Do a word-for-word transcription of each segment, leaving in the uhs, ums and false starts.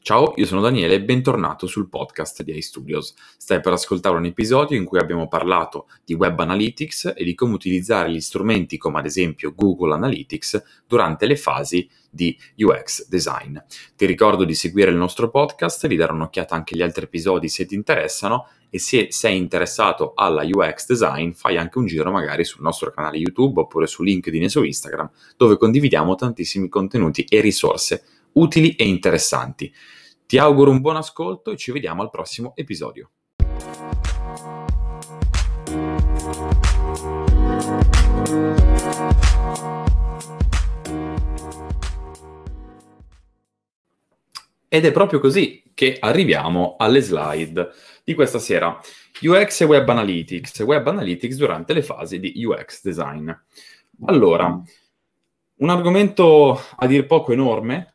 Ciao, io sono Daniele e bentornato sul podcast di iStudios. Stai per ascoltare un episodio in cui abbiamo parlato di Web Analytics e di come utilizzare gli strumenti come ad esempio Google Analytics durante le fasi di U X Design. Ti ricordo di seguire il nostro podcast, di dare un'occhiata anche agli altri episodi se ti interessano e se sei interessato alla U X Design fai anche un giro magari sul nostro canale YouTube oppure su LinkedIn e su Instagram, dove condividiamo tantissimi contenuti e risorse utili e interessanti. Ti auguro un buon ascolto e ci vediamo al prossimo episodio. Ed è proprio così che arriviamo alle slide di questa sera. U X e Web Analytics, Web Analytics durante le fasi di U X Design. Allora, un argomento a dir poco enorme,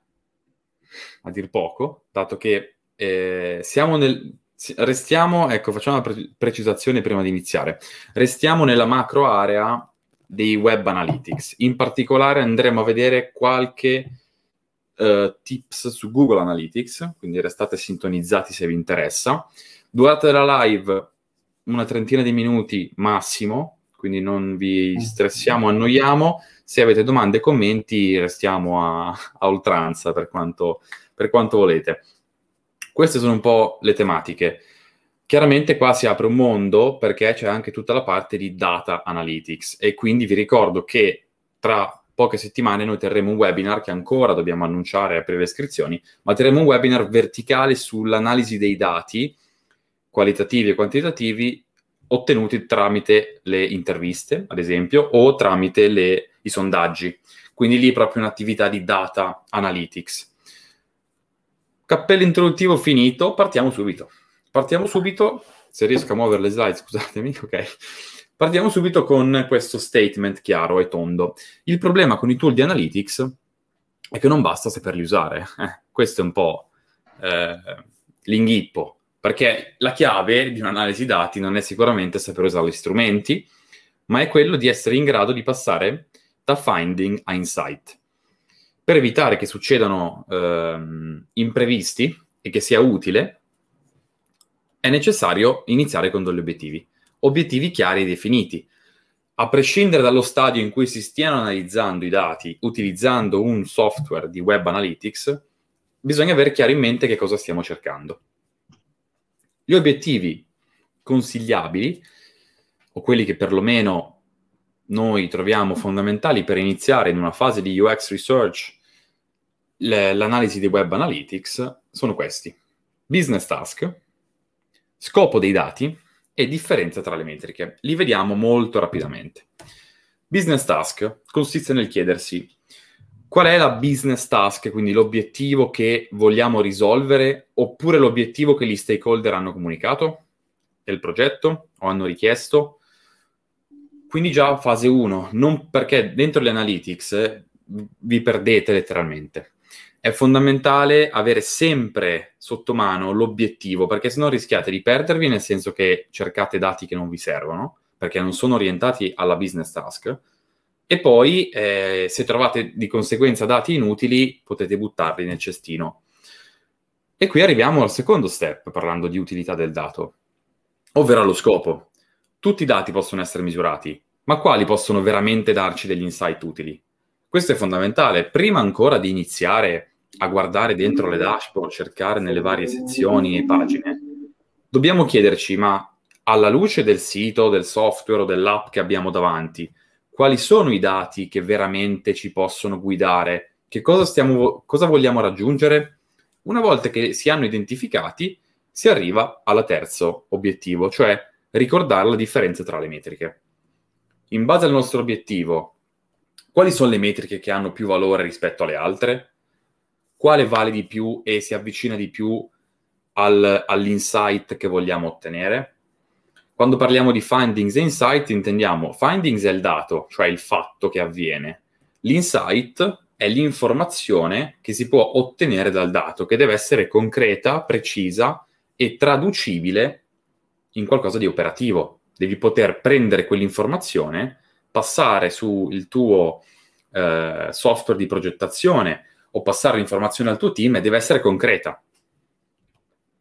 a dir poco, dato che eh, siamo nel... restiamo, ecco, facciamo una pre- precisazione prima di iniziare. Restiamo nella macro area dei Web Analytics. In particolare andremo a vedere qualche uh, tips su Google Analytics, quindi restate sintonizzati se vi interessa. Durata della live una trentina di minuti massimo, quindi non vi stressiamo, annoiamo. Se avete domande e commenti restiamo a, a oltranza per quanto, per quanto volete. Queste sono un po' le tematiche. Chiaramente qua si apre un mondo perché c'è anche tutta la parte di data analytics e quindi vi ricordo che tra poche settimane noi terremo un webinar che ancora dobbiamo annunciare e aprire le iscrizioni, ma terremo un webinar verticale sull'analisi dei dati qualitativi e quantitativi ottenuti tramite le interviste, ad esempio, o tramite le, i sondaggi. Quindi lì è proprio un'attività di data analytics. Cappello introduttivo finito, partiamo subito. Partiamo subito, se riesco a muovere le slide, scusatemi, ok. Partiamo subito con questo statement chiaro e tondo. Il problema con i tool di analytics è che non basta saperli usare. Eh, questo è un po' eh, l'inghippo. Perché la chiave di un'analisi dati non è sicuramente saper usare gli strumenti, ma è quello di essere in grado di passare da finding a insight. Per evitare che succedano ehm, imprevisti e che sia utile, è necessario iniziare con degli obiettivi. Obiettivi chiari e definiti. A prescindere dallo stadio in cui si stiano analizzando i dati utilizzando un software di Web Analytics, bisogna avere chiaro in mente che cosa stiamo cercando. Gli obiettivi consigliabili, o quelli che perlomeno noi troviamo fondamentali per iniziare in una fase di U X Research l- l'analisi di Web Analytics, sono questi. Business task, scopo dei dati e differenza tra le metriche. Li vediamo molto rapidamente. Business task consiste nel chiedersi qual è la business task, quindi l'obiettivo che vogliamo risolvere, oppure l'obiettivo che gli stakeholder hanno comunicato del progetto o hanno richiesto. Quindi già fase uno, non perché dentro le analytics eh, vi perdete letteralmente. È fondamentale avere sempre sotto mano l'obiettivo, perché sennò rischiate di perdervi, nel senso che cercate dati che non vi servono, perché non sono orientati alla business task. E poi, eh, se trovate di conseguenza dati inutili, potete buttarli nel cestino. E qui arriviamo al secondo step, parlando di utilità del dato, ovvero allo scopo. Tutti i dati possono essere misurati, ma quali possono veramente darci degli insight utili? Questo è fondamentale. Prima ancora di iniziare a guardare dentro le dashboard, cercare nelle varie sezioni e pagine, dobbiamo chiederci, ma alla luce del sito, del software o dell'app che abbiamo davanti, quali sono i dati che veramente ci possono guidare? Che cosa stiamo, cosa vogliamo raggiungere? Una volta che si hanno identificati, si arriva al terzo obiettivo, cioè ricordare la differenza tra le metriche. In base al nostro obiettivo, quali sono le metriche che hanno più valore rispetto alle altre? Quale vale di più e si avvicina di più al, all'insight che vogliamo ottenere? Quando parliamo di findings e insight intendiamo findings è il dato, cioè il fatto che avviene. L'insight è l'informazione che si può ottenere dal dato, che deve essere concreta, precisa e traducibile in qualcosa di operativo. Devi poter prendere quell'informazione, passare sul tuo eh, software di progettazione o passare l'informazione al tuo team e deve essere concreta.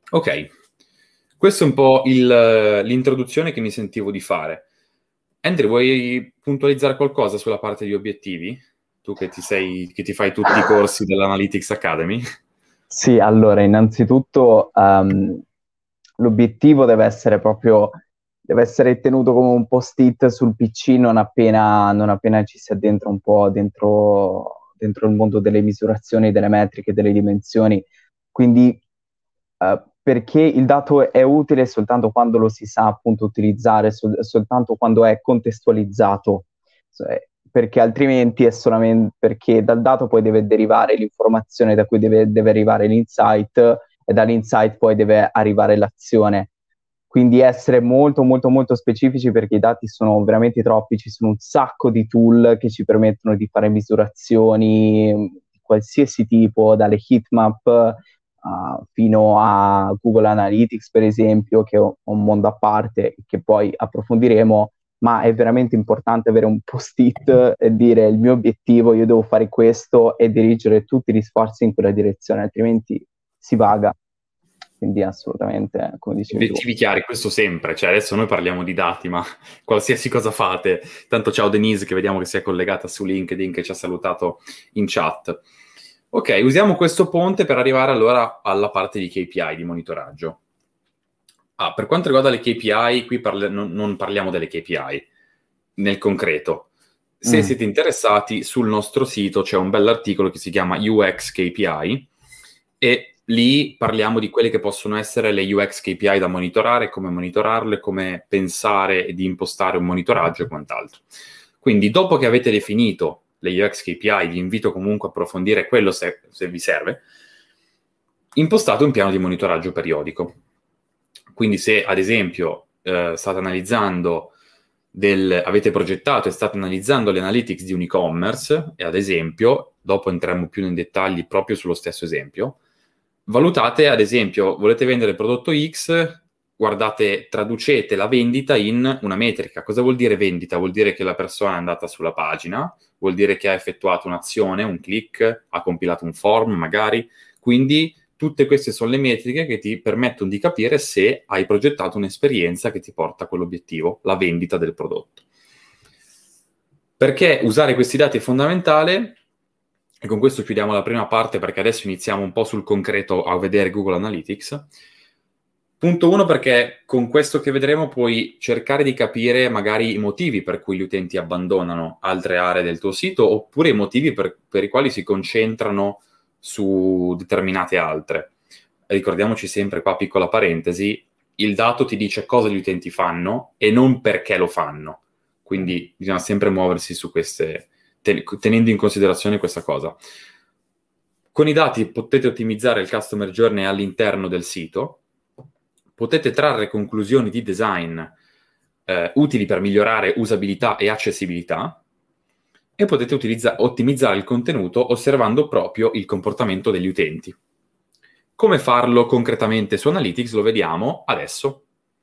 Ok, questa è un po' il- l'introduzione che mi sentivo di fare. Andrew, vuoi puntualizzare qualcosa sulla parte di obiettivi? Tu che ti sei, che ti fai tutti i corsi dell'Analytics Academy? Sì, allora, innanzitutto ehm, l'obiettivo deve essere proprio, deve essere tenuto come un post-it sul P C non appena, non appena ci si addentra un po' dentro, dentro il mondo delle misurazioni, delle metriche, delle dimensioni. Quindi, eh, perché il dato è utile soltanto quando lo si sa appunto utilizzare, sol- soltanto quando è contestualizzato. Cioè, perché altrimenti è solamente perché dal dato poi deve derivare l'informazione da cui deve, deve arrivare l'insight e dall'insight poi deve arrivare l'azione. Quindi essere molto molto molto specifici perché i dati sono veramente troppi, ci sono un sacco di tool che ci permettono di fare misurazioni di qualsiasi tipo, dalle heatmap uh, fino a Google Analytics per esempio, che è un mondo a parte che poi approfondiremo, ma è veramente importante avere un post-it e dire il mio obiettivo, io devo fare questo e dirigere tutti gli sforzi in quella direzione, altrimenti si vaga. Quindi assolutamente, come dicevi tu. Obiettivi chiari, questo sempre. Cioè, adesso noi parliamo di dati, ma qualsiasi cosa fate. Tanto ciao Denise, che vediamo che si è collegata su LinkedIn, che ci ha salutato in chat. Ok, usiamo questo ponte per arrivare allora alla parte di K P I, di monitoraggio. Ah, per quanto riguarda le K P I, qui parli- non, non parliamo delle K P I, nel concreto. Se Mm. siete interessati, sul nostro sito c'è un bell'articolo che si chiama U X K P I e lì parliamo di quelle che possono essere le U X K P I da monitorare, come monitorarle, come pensare di impostare un monitoraggio e quant'altro. Quindi dopo che avete definito le U X K P I, vi invito comunque a approfondire quello se, se vi serve, impostate un piano di monitoraggio periodico. Quindi se ad esempio eh, state analizzando del, avete progettato e state analizzando le analytics di un e-commerce, e ad esempio, dopo entriamo più nei dettagli proprio sullo stesso esempio, valutate ad esempio, volete vendere il prodotto X, guardate, traducete la vendita in una metrica. Cosa vuol dire vendita? Vuol dire che la persona è andata sulla pagina, vuol dire che ha effettuato un'azione, un click, ha compilato un form magari, quindi tutte queste sono le metriche che ti permettono di capire se hai progettato un'esperienza che ti porta a quell'obiettivo, la vendita del prodotto. Perché usare questi dati è fondamentale? E con questo chiudiamo la prima parte perché adesso iniziamo un po' sul concreto a vedere Google Analytics. Punto uno, perché con questo che vedremo puoi cercare di capire magari i motivi per cui gli utenti abbandonano altre aree del tuo sito oppure i motivi per, per i quali si concentrano su determinate altre. Ricordiamoci sempre qua, piccola parentesi, il dato ti dice cosa gli utenti fanno e non perché lo fanno. Quindi bisogna sempre muoversi su queste, ten- tenendo in considerazione questa cosa. Con i dati potete ottimizzare il customer journey all'interno del sito, potete trarre conclusioni di design eh, utili per migliorare usabilità e accessibilità e potete utilizza- ottimizzare il contenuto osservando proprio il comportamento degli utenti. Come farlo concretamente su Analytics lo vediamo adesso.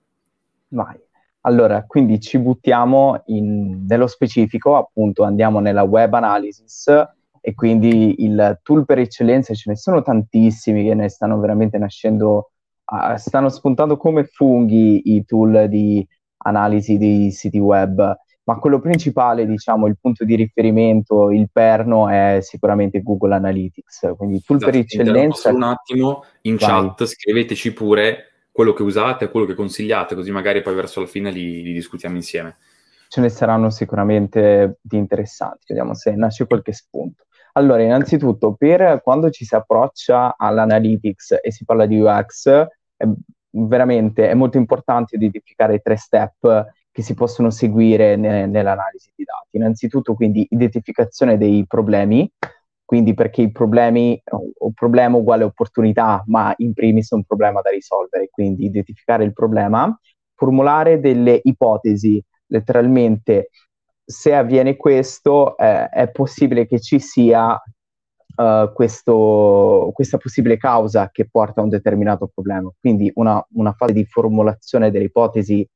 Vai. Allora, quindi ci buttiamo in- nello specifico, appunto andiamo nella web analysis e quindi il tool per eccellenza, ce ne sono tantissimi che ne stanno veramente nascendo, ah, stanno spuntando come funghi i tool di analisi dei siti web, ma quello principale, diciamo, il punto di riferimento, il perno è sicuramente Google Analytics, quindi tool per Scusate, ti interrompo solo eccellenza, un attimo. In vai. chat scriveteci pure quello che usate, quello che consigliate, così magari poi verso la fine li, li discutiamo insieme. Ce ne saranno sicuramente di interessanti, vediamo se nasce qualche spunto. Allora, innanzitutto, per quando ci si approccia all'analytics e si parla di U X, è veramente è molto importante identificare i tre step che si possono seguire ne- nell'analisi di dati. Innanzitutto, quindi, identificazione dei problemi, quindi perché i problemi, o problema uguale opportunità, ma in primis è un problema da risolvere, quindi identificare il problema, formulare delle ipotesi letteralmente se avviene questo eh, è possibile che ci sia uh, questo, questa possibile causa che porta a un determinato problema. Quindi una, una fase di formulazione delle ipotesi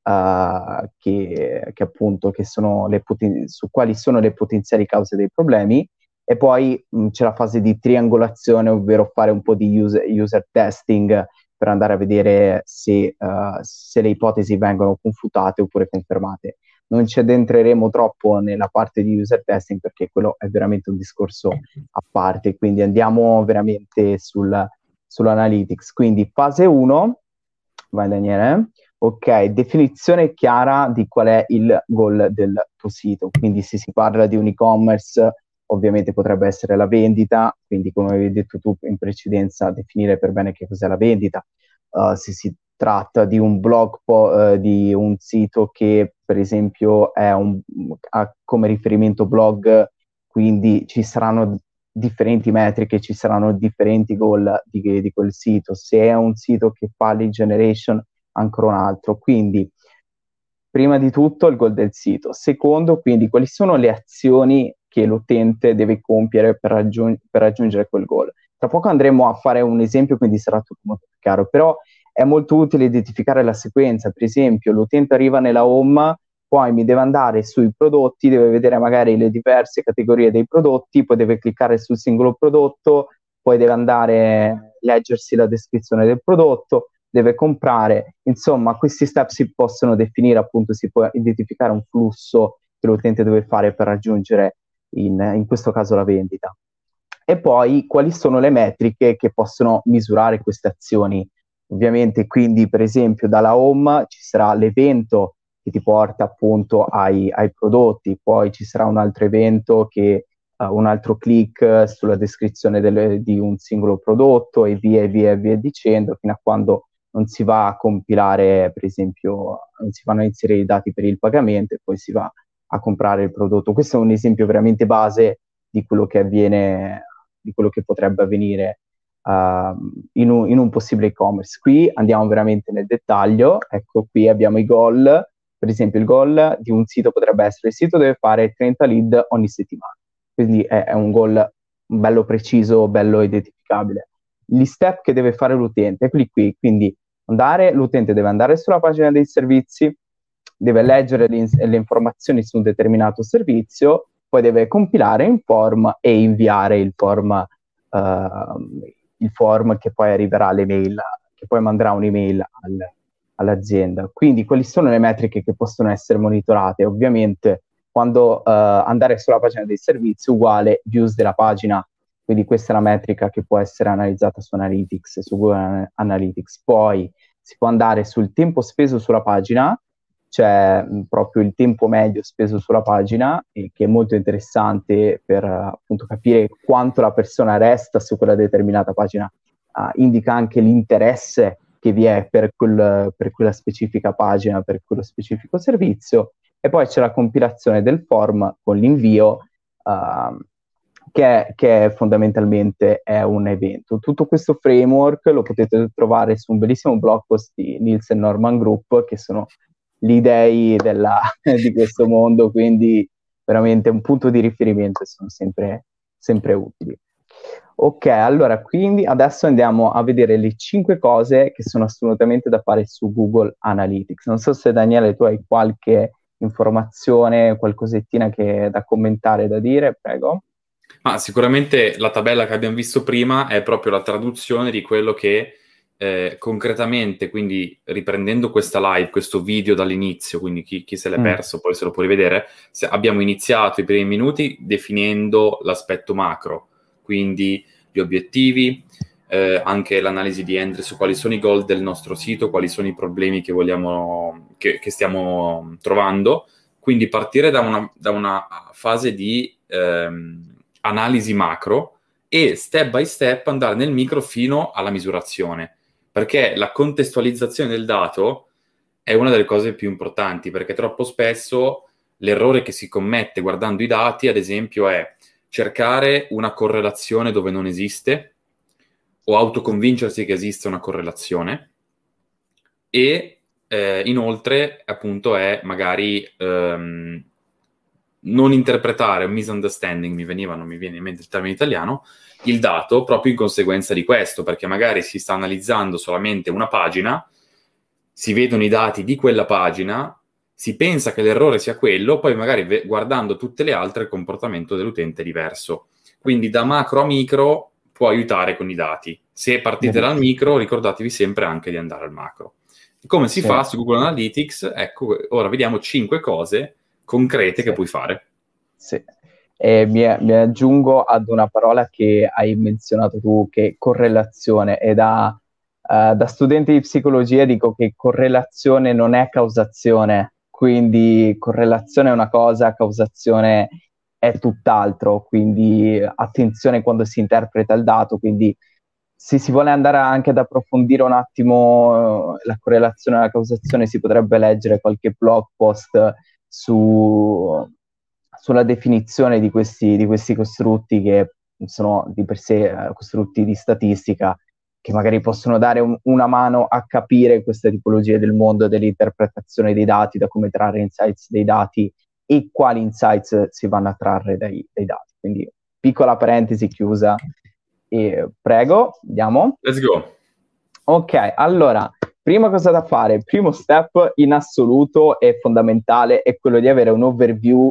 uh, che, che appunto che sono le poten- su quali sono le potenziali cause dei problemi e poi mh, c'è la fase di triangolazione, ovvero fare un po' di user, user testing per andare a vedere se, uh, se le ipotesi vengono confutate oppure confermate. Non ci addentreremo troppo nella parte di user testing perché quello è veramente un discorso a parte, quindi andiamo veramente sul, sull'analytics. Quindi fase uno, vai Daniele. Ok, definizione chiara di qual è il goal del tuo sito. Quindi se si parla di un e-commerce, ovviamente potrebbe essere la vendita, quindi come avevi detto tu in precedenza, definire per bene che cos'è la vendita. Uh, se si tratta di un blog, po- uh, di un sito che per esempio è un, ha come riferimento blog, quindi ci saranno differenti metriche, ci saranno differenti goal di, di quel sito. Se è un sito che fa lead generation, ancora un altro. Quindi, prima di tutto, il goal del sito. Secondo, quindi, quali sono le azioni che l'utente deve compiere per, raggiung- per raggiungere quel goal. Tra poco andremo a fare un esempio, quindi sarà tutto molto chiaro, però è molto utile identificare la sequenza. Per esempio, l'utente arriva nella home, poi mi deve andare sui prodotti, deve vedere magari le diverse categorie dei prodotti, poi deve cliccare sul singolo prodotto, poi deve andare a leggersi la descrizione del prodotto, deve comprare. Insomma, questi step si possono definire, appunto, si può identificare un flusso che l'utente deve fare per raggiungere in, in questo caso la vendita. E poi quali sono le metriche che possono misurare queste azioni. Ovviamente, quindi, per esempio, dalla home ci sarà l'evento che ti porta appunto ai, ai prodotti, poi ci sarà un altro evento che uh, un altro click sulla descrizione delle, di un singolo prodotto e via e via e via dicendo, fino a quando non si va a compilare, per esempio, non si vanno a inserire i dati per il pagamento e poi si va a comprare il prodotto. Questo è un esempio veramente base di quello che avviene, di quello che potrebbe avvenire uh, in, un, in un possibile e-commerce. Qui andiamo veramente nel dettaglio. Ecco, qui abbiamo i goal. Per esempio, il goal di un sito potrebbe essere: il sito deve fare trenta lead ogni settimana. Quindi è, è un goal bello preciso, bello identificabile. Gli step che deve fare l'utente, eccoli qui. Quindi andare, l'utente deve andare sulla pagina dei servizi, deve leggere le, le informazioni su un determinato servizio, poi deve compilare in form e inviare il form, uh, il form che poi arriverà all'email, che poi manderà un'email al, all'azienda. Quindi quali sono le metriche che possono essere monitorate? Ovviamente quando uh, andare sulla pagina dei servizi uguale views della pagina, quindi questa è la metrica che può essere analizzata su Analytics, su Google Analytics. Poi si può andare sul tempo speso sulla pagina, cioè mh, proprio il tempo medio speso sulla pagina, e che è molto interessante per uh, appunto capire quanto la persona resta su quella determinata pagina. Uh, indica anche l'interesse che vi è per, quel, per quella specifica pagina, per quello specifico servizio. E poi c'è la compilazione del form con l'invio, uh, che, che fondamentalmente è un evento. Tutto questo framework lo potete trovare su un bellissimo blog post di Nielsen Norman Group, che sono gli dei della, di questo mondo, quindi veramente un punto di riferimento e sono sempre, sempre utili. Ok, allora quindi adesso andiamo a vedere le cinque cose che sono assolutamente da fare su Google Analytics. Non so se Daniele tu hai qualche informazione, qualcosettina che da commentare, da dire, prego. Ah, sicuramente la tabella che abbiamo visto prima è proprio la traduzione di quello che eh, concretamente, quindi riprendendo questa live, questo video dall'inizio, quindi chi, chi se l'è Mm. perso poi se lo può rivedere, se abbiamo iniziato i primi minuti definendo l'aspetto macro, quindi gli obiettivi, eh, anche l'analisi di entry su quali sono i goal del nostro sito, quali sono i problemi che vogliamo, che, che stiamo trovando, quindi partire da una, da una fase di ehm, analisi macro e step by step andare nel micro fino alla misurazione, perché la contestualizzazione del dato è una delle cose più importanti, perché troppo spesso l'errore che si commette guardando i dati, ad esempio, è cercare una correlazione dove non esiste o autoconvincersi che esiste una correlazione e eh, inoltre appunto è magari ehm, non interpretare, un misunderstanding, mi veniva, non mi viene in mente il termine italiano, il dato proprio in conseguenza di questo, perché magari si sta analizzando solamente una pagina, si vedono i dati di quella pagina, si pensa che l'errore sia quello, poi magari ve- guardando tutte le altre il comportamento dell'utente è diverso. Quindi da macro a micro può aiutare con i dati. Se partite Benissimo. dal micro, ricordatevi sempre anche di andare al macro. Come si Sì. fa su Google Analytics? Ecco, ora vediamo cinque cose concrete Sì. che puoi fare. Sì. E mi, mi aggiungo ad una parola che hai menzionato tu, che è correlazione, e da, uh, da studente di psicologia dico che correlazione non è causazione, quindi correlazione è una cosa, causazione è tutt'altro, quindi attenzione quando si interpreta il dato, quindi se si vuole andare anche ad approfondire un attimo uh, la correlazione e la causazione, si potrebbe leggere qualche blog post su sulla definizione di questi, di questi costrutti che sono di per sé eh, costrutti di statistica che magari possono dare un, una mano a capire queste tipologie del mondo dell'interpretazione dei dati, da come trarre insights dei dati e quali insights si vanno a trarre dai, dai dati. Quindi piccola parentesi chiusa. E, prego, andiamo. Let's go. Ok, allora, prima cosa da fare, primo step in assoluto e fondamentale è quello di avere un overview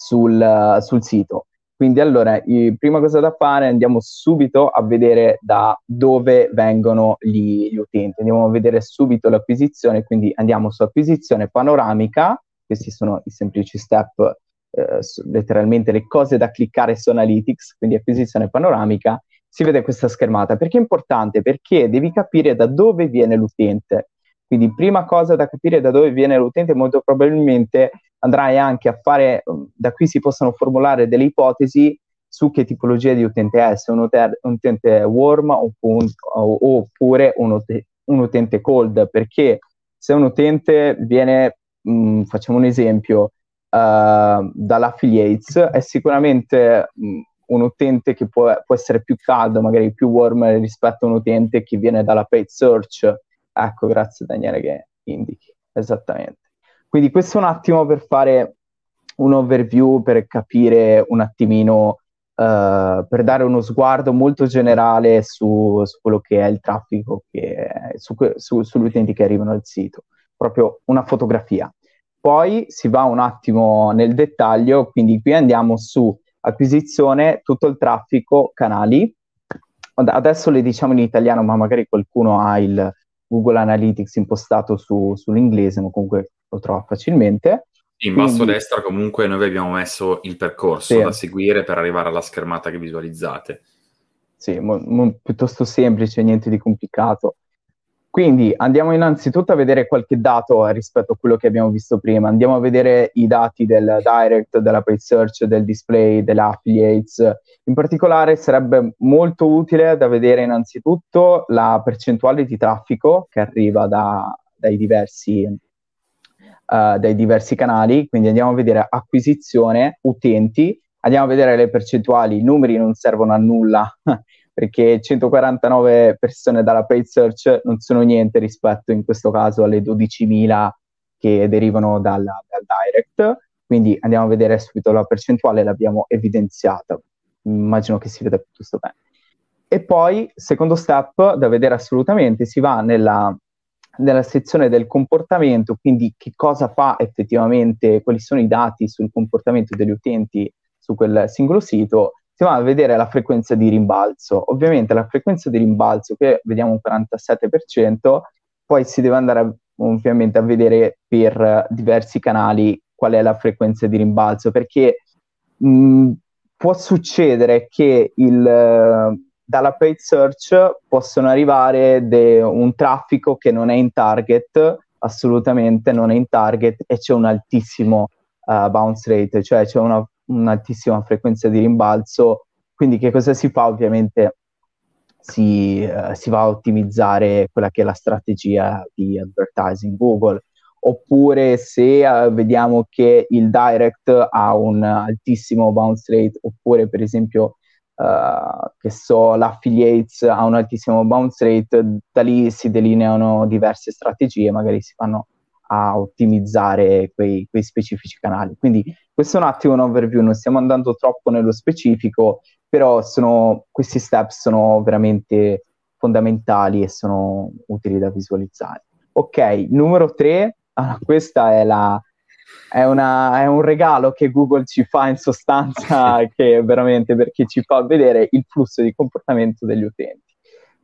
sul, sul sito. Quindi allora, i, prima cosa da fare, andiamo subito a vedere da dove vengono gli, gli utenti. Andiamo a vedere subito l'acquisizione, quindi andiamo su acquisizione panoramica, questi sono i semplici step, eh, su, letteralmente le cose da cliccare su Analytics, quindi acquisizione panoramica, si vede questa schermata. Perché è importante? Perché devi capire da dove viene l'utente. Quindi prima cosa da capire da dove viene l'utente, molto probabilmente andrai anche a fare, da qui si possono formulare delle ipotesi su che tipologia di utente è, se un, utente, un utente warm oppure, oppure un, utente, un utente cold, perché se un utente viene, mh, facciamo un esempio, uh, dall'affiliates, è sicuramente mh, un utente che può, può essere più caldo, magari più warm rispetto a un utente che viene dalla paid search. Ecco, grazie Daniele che indichi, esattamente. Quindi questo è un attimo per fare un overview, per capire un attimino, uh, per dare uno sguardo molto generale su, su quello che è il traffico, che, su, su, sugli utenti che arrivano al sito, proprio una fotografia. Poi si va un attimo nel dettaglio, quindi qui andiamo su acquisizione, tutto il traffico, canali. Adesso le diciamo in italiano, ma magari qualcuno ha il Google Analytics impostato su, sull'inglese, ma comunque lo trova facilmente. In Quindi, basso a destra comunque noi vi abbiamo messo il percorso sì, da seguire per arrivare alla schermata che visualizzate. Sì, mo, mo, piuttosto semplice, niente di complicato. Quindi andiamo innanzitutto a vedere qualche dato rispetto a quello che abbiamo visto prima. Andiamo a vedere i dati del direct, della paid search, del display, dell'affiliates. In particolare sarebbe molto utile da vedere innanzitutto la percentuale di traffico che arriva da, dai, diversi, uh, dai diversi canali. Quindi andiamo a vedere acquisizione, utenti, andiamo a vedere le percentuali. I numeri non servono a nulla perché centoquarantanove persone dalla paid search non sono niente rispetto in questo caso alle dodicimila che derivano dal, dal direct. Quindi andiamo a vedere subito la percentuale, l'abbiamo evidenziata, immagino che si veda piuttosto bene. E poi, secondo step da vedere assolutamente, si va nella, nella sezione del comportamento, quindi che cosa fa effettivamente, quali sono i dati sul comportamento degli utenti su quel singolo sito. Si va a vedere la frequenza di rimbalzo. Ovviamente la frequenza di rimbalzo, che vediamo un quarantasette per cento, poi si deve andare a, ovviamente a vedere per diversi canali qual è la frequenza di rimbalzo, perché mh, può succedere che il, dalla paid search possono arrivare de, un traffico che non è in target, assolutamente non è in target, e c'è un altissimo uh, bounce rate, cioè c'è una un'altissima frequenza di rimbalzo. Quindi che cosa si fa? Ovviamente si, eh, si va a ottimizzare quella che è la strategia di advertising Google. Oppure se eh, vediamo che il direct ha un altissimo bounce rate, oppure per esempio uh, che so, l'affiliates ha un altissimo bounce rate, da lì si delineano diverse strategie, magari si fanno a ottimizzare quei, quei specifici canali. Quindi questo è un attimo un overview, non stiamo andando troppo nello specifico, però sono, questi step sono veramente fondamentali e sono utili da visualizzare. Ok, numero tre, ah, questa è, la, è, una, è un regalo che Google ci fa in sostanza, che veramente perché ci fa vedere il flusso di comportamento degli utenti.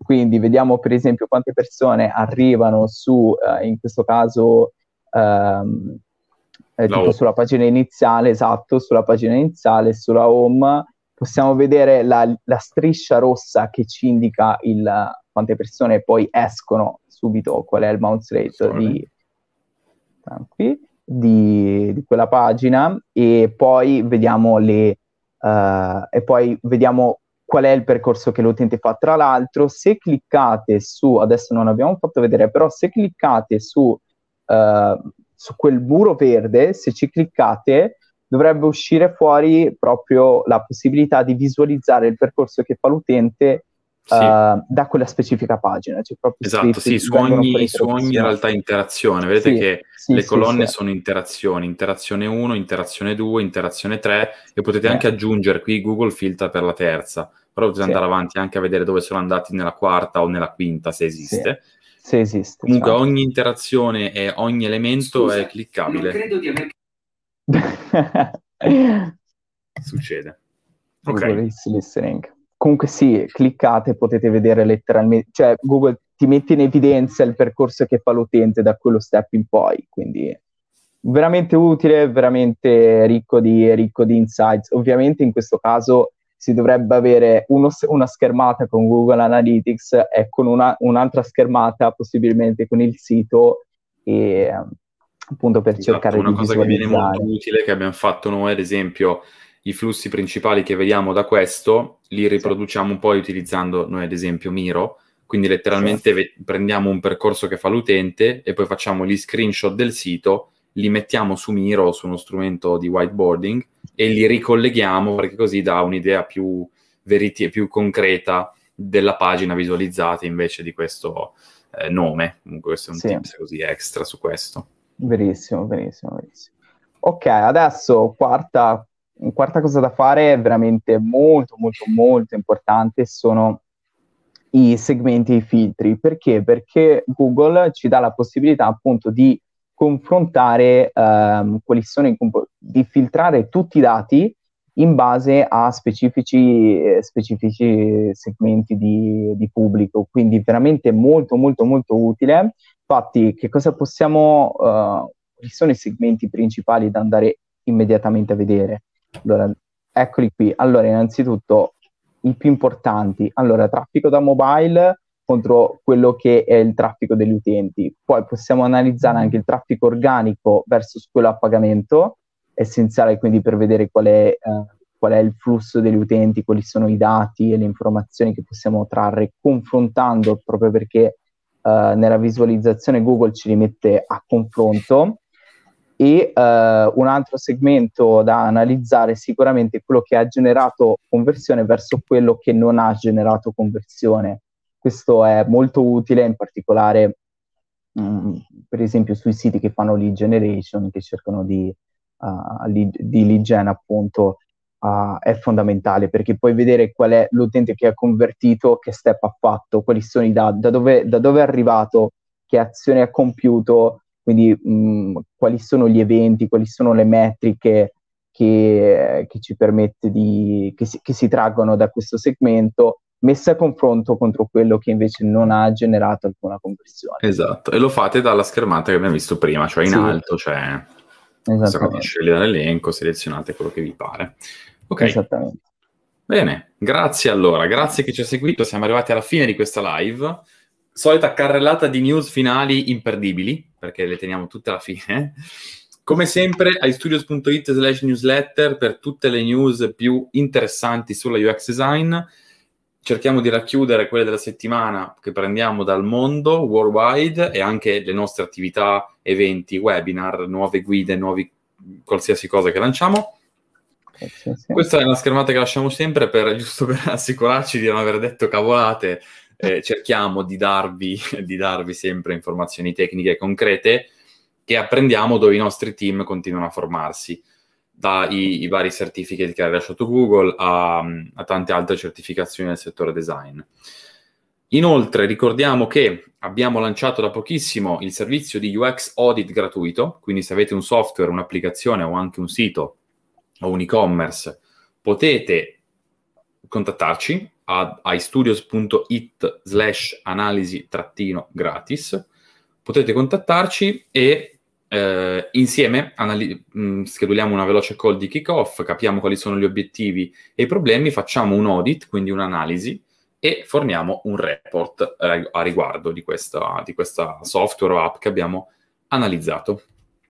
quindi vediamo per esempio quante persone arrivano su, uh, in questo caso, um, eh, tipo home. Sulla pagina iniziale, esatto, sulla pagina iniziale, sulla home, possiamo vedere la, la striscia rossa che ci indica il, quante persone poi escono subito, qual è il bounce rate di, qui, di, di quella pagina, e poi vediamo le uh, e poi vediamo qual è il percorso che l'utente fa. Tra l'altro, se cliccate su, adesso non abbiamo fatto vedere, però se cliccate su, uh, su quel muro verde, se ci cliccate, dovrebbe uscire fuori proprio la possibilità di visualizzare il percorso che fa l'utente sì. uh, da quella specifica pagina. C'è proprio esatto, sì, su ogni, su ogni in realtà interazione. Vedete sì, che sì, le colonne sì, sono interazioni, interazione uno, interazione due, interazione tre, e potete anche aggiungere qui Google filtra per la terza, però potete andare avanti anche a vedere dove sono andati nella quarta o nella quinta, se esiste. Se esiste. Comunque cioè. ogni interazione e ogni elemento Scusa, è cliccabile. Non credo di aver... Succede. Google is listening. Comunque sì, cliccate, potete vedere letteralmente, cioè Google ti mette in evidenza il percorso che fa l'utente da quello step in poi, quindi veramente utile, veramente ricco di, ricco di insights. Ovviamente in questo caso si dovrebbe avere uno, una schermata con Google Analytics e con una, un'altra schermata possibilmente con il sito, e appunto per esatto, cercare una di cosa visualizzare. Che viene molto utile, che abbiamo fatto noi, ad esempio, i flussi principali che vediamo da questo, li riproduciamo sì. un po' utilizzando noi, ad esempio, Miro, quindi letteralmente sì. ve- prendiamo un percorso che fa l'utente e poi facciamo gli screenshot del sito, li mettiamo su Miro o su uno strumento di whiteboarding e li ricolleghiamo, perché così dà un'idea più veriti- più concreta della pagina visualizzata invece di questo eh, nome. Comunque questo è un sì. tips così extra su questo. Verissimo, verissimo, verissimo. Ok, adesso quarta, quarta cosa da fare, veramente molto, molto, molto importante, sono i segmenti e i filtri. Perché? Perché Google ci dà la possibilità appunto di confrontare ehm, quali sono i comp- di filtrare tutti i dati in base a specifici, eh, specifici segmenti di, di pubblico, quindi veramente molto, molto, molto utile. Infatti, che cosa possiamo, uh, quali sono i segmenti principali da andare immediatamente a vedere? Allora, eccoli qui. Allora, innanzitutto, i più importanti. Allora, traffico da mobile contro quello che è il traffico degli utenti. Poi possiamo analizzare anche il traffico organico versus quello a pagamento, essenziale quindi per vedere qual è, uh, qual è il flusso degli utenti, quali sono i dati e le informazioni che possiamo trarre confrontando, proprio perché Uh, nella visualizzazione Google ci rimette a confronto. E uh, un altro segmento da analizzare è sicuramente quello che ha generato conversione verso quello che non ha generato conversione. Questo è molto utile, in particolare mh, per esempio sui siti che fanno lead generation, che cercano di, uh, lead, di lead gen appunto. Uh, è fondamentale, perché puoi vedere qual è l'utente che ha convertito, che step ha fatto, quali sono i dati, da dove, da dove è arrivato, che azione ha compiuto, quindi mh, quali sono gli eventi, quali sono le metriche che, che ci permette di, che si, che si traggono da questo segmento, messe a confronto contro quello che invece non ha generato alcuna conversione. Esatto, e lo fate dalla schermata che abbiamo visto prima, cioè in sì. alto c'è questa cosa, scegli dall'elenco, selezionate quello che vi pare. Ok, esattamente. Bene, grazie allora, grazie che ci ha seguito, siamo arrivati alla fine di questa live. Solita carrellata di news finali imperdibili, perché le teniamo tutte alla fine. Come sempre, istudios.it slash newsletter per tutte le news più interessanti sulla U X design. Cerchiamo di racchiudere quelle della settimana che prendiamo dal mondo worldwide e anche le nostre attività, eventi, webinar, nuove guide, nuovi qualsiasi cosa che lanciamo. Sì, sì. Questa è una schermata che lasciamo sempre per, giusto per assicurarci di non aver detto cavolate. Eh, cerchiamo di darvi, di darvi sempre informazioni tecniche concrete che apprendiamo dove i nostri team continuano a formarsi, dai i vari certificati che ha rilasciato Google a, a tante altre certificazioni nel settore design. Inoltre ricordiamo che abbiamo lanciato da pochissimo il servizio di U X Audit gratuito, quindi se avete un software, un'applicazione o anche un sito o un e-commerce, potete contattarci a istudios punto it slash analisi trattino gratis. Potete contattarci e eh, insieme anali- mh, scheduliamo una veloce call di kick-off, capiamo quali sono gli obiettivi e i problemi, facciamo un audit, quindi un'analisi, e forniamo un report eh, a riguardo di questa, di questa software o app che abbiamo analizzato.